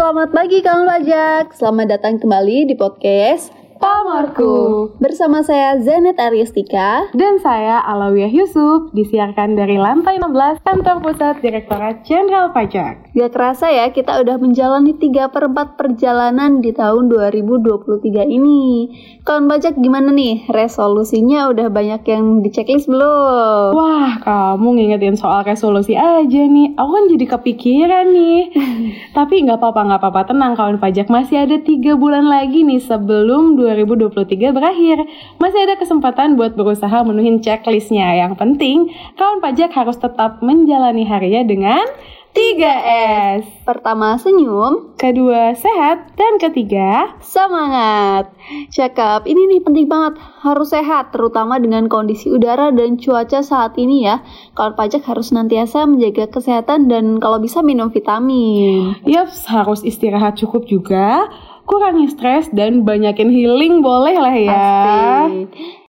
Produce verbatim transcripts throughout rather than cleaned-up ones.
Selamat pagi kawan pajak, selamat datang kembali di podcast Pamorku. Bersama saya Zanet Ariestika dan saya Alawiyah Yusuf, disiarkan dari lantai enam belas Kantor Pusat Direktorat Jenderal Pajak. Gak kerasa ya, kita udah menjalani tiga per empat perjalanan di tahun dua ribu dua puluh tiga ini. Kawan pajak gimana nih? Resolusinya udah banyak yang di checklist belum? Wah, kamu ngingetin soal resolusi aja nih. Aku kan jadi kepikiran nih. Tapi gak apa-apa, gak apa-apa, tenang kawan pajak. Masih ada tiga bulan lagi nih sebelum dua ribu dua puluh tiga berakhir. Masih ada kesempatan buat berusaha menuhin checklistnya. Yang penting, kawan pajak harus tetap menjalani harinya dengan tiga S. Pertama, senyum. Kedua, sehat. Dan ketiga, semangat. Cakep, ini nih penting banget. Harus sehat, terutama dengan kondisi udara dan cuaca saat ini ya. Kawan pajak harus senantiasa menjaga kesehatan dan kalau bisa minum vitamin. Yaps, harus istirahat cukup juga. Kurangi stres dan banyakin healing boleh lah ya. Asik.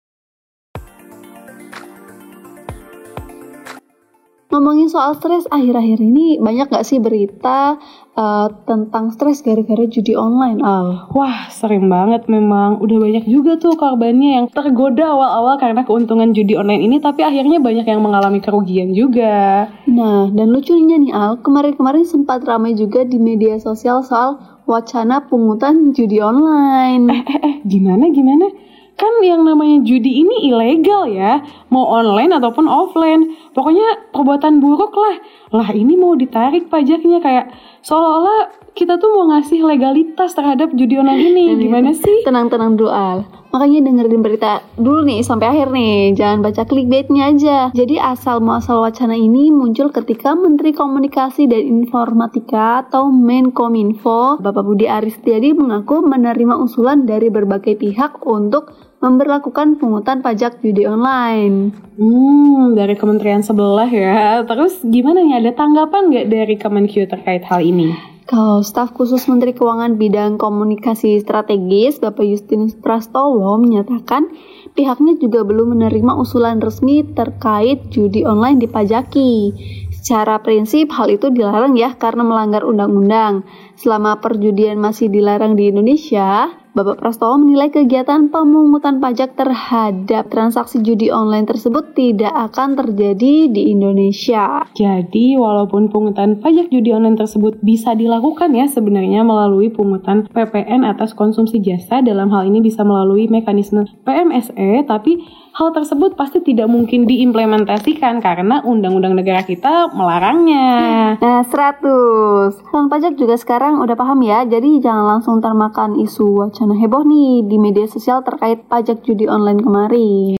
Ngomongin soal stres, akhir-akhir ini banyak gak sih berita uh, tentang stres gara-gara judi online, Al? Wah, sering banget memang. Udah banyak juga tuh korbannya yang tergoda awal-awal karena keuntungan judi online ini, tapi akhirnya banyak yang mengalami kerugian juga. Nah, dan lucunya nih Al, kemarin-kemarin sempat ramai juga di media sosial soal wacana pungutan judi online. Eh, eh, eh, gimana, gimana? Kan yang namanya judi ini ilegal ya, mau online ataupun offline. Pokoknya perbuatan buruk lah. Lah ini mau ditarik pajaknya, kayak seolah-olah kita tuh mau ngasih legalitas terhadap judi online ini. Gimana sih? Tenang-tenang dulu Al. Makanya dengerin berita dulu nih sampai akhir nih. Jangan baca clickbaitnya aja. Jadi asal muasal wacana ini muncul ketika Menteri Komunikasi dan Informatika atau Menkominfo Bapak Budi Aris Setiadi mengaku menerima usulan dari berbagai pihak untuk memberlakukan pungutan pajak judi online. Hmm, dari kementerian sebelah ya. Terus gimana nih? Ada tanggapan nggak dari Kemenkyu terkait hal ini? Kalau staf khusus Menteri Keuangan bidang komunikasi strategis Bapak Justinus Prastowo menyatakan pihaknya juga belum menerima usulan resmi terkait judi online dipajaki. Secara prinsip hal itu dilarang ya karena melanggar undang-undang. Selama perjudian masih dilarang di Indonesia, Bapak Prastowo menilai kegiatan pemungutan pajak terhadap transaksi judi online tersebut tidak akan terjadi di Indonesia. Jadi walaupun pungutan pajak judi online tersebut bisa dilakukan ya sebenarnya melalui pungutan P P N atas konsumsi jasa, dalam hal ini bisa melalui mekanisme P M S E, tapi hal tersebut pasti tidak mungkin diimplementasikan karena undang-undang negara kita melarangnya. Nah, seratus. Kawan pajak juga sekarang udah paham ya, jadi jangan langsung termakan isu wacana heboh nih di media sosial terkait pajak judi online kemarin.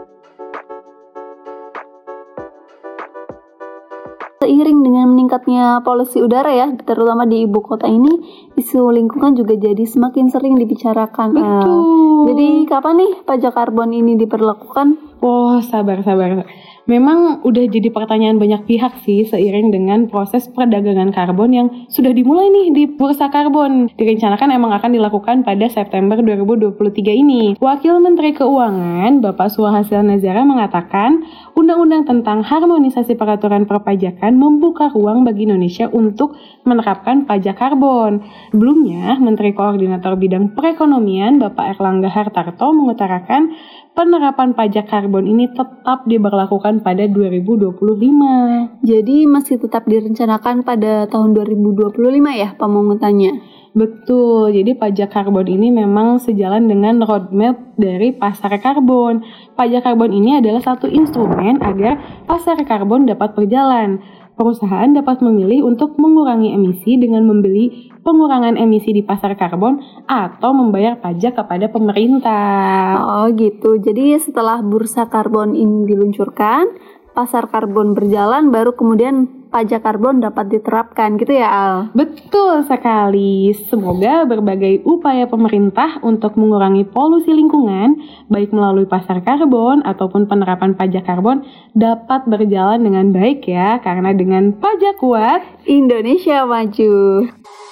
Seiring dengan meningkatnya polusi udara ya, terutama di ibu kota ini, isu lingkungan juga jadi semakin sering dibicarakan. Betul. Jadi kapan nih pajak karbon ini diberlakukan? Oh, sabar-sabar. Memang udah jadi pertanyaan banyak pihak sih seiring dengan proses perdagangan karbon yang sudah dimulai nih di bursa karbon. Direncanakan emang akan dilakukan pada September dua ribu dua puluh tiga ini. Wakil Menteri Keuangan Bapak Suhasil Nazara mengatakan undang-undang tentang harmonisasi peraturan perpajakan membuka ruang bagi Indonesia untuk menerapkan pajak karbon. Sebelumnya, Menteri Koordinator Bidang Perekonomian Bapak Erlangga Hartarto mengutarakan penerapan pajak karbon ini tetap diberlakukan pada dua ribu dua puluh lima. Jadi masih tetap direncanakan pada tahun dua ribu dua puluh lima ya pemungutannya? Betul, jadi pajak karbon ini memang sejalan dengan roadmap dari pasar karbon. Pajak karbon ini adalah satu instrumen agar pasar karbon dapat berjalan. Perusahaan dapat memilih untuk mengurangi emisi dengan membeli pengurangan emisi di pasar karbon atau membayar pajak kepada pemerintah. Oh gitu, jadi setelah bursa karbon ini diluncurkan, pasar karbon berjalan, baru kemudian pajak karbon dapat diterapkan gitu ya Al? Betul sekali. Semoga berbagai upaya pemerintah untuk mengurangi polusi lingkungan, baik melalui pasar karbon ataupun penerapan pajak karbon, dapat berjalan dengan baik ya, karena dengan pajak kuat, Indonesia maju.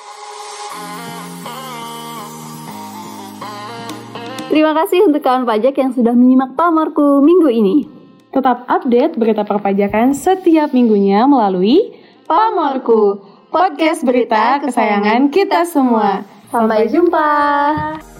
Terima kasih untuk kawan pajak yang sudah menyimak Pamorku minggu ini. Tetap update berita perpajakan setiap minggunya melalui Pamorku. podcast berita kesayangan kita semua. Sampai jumpa.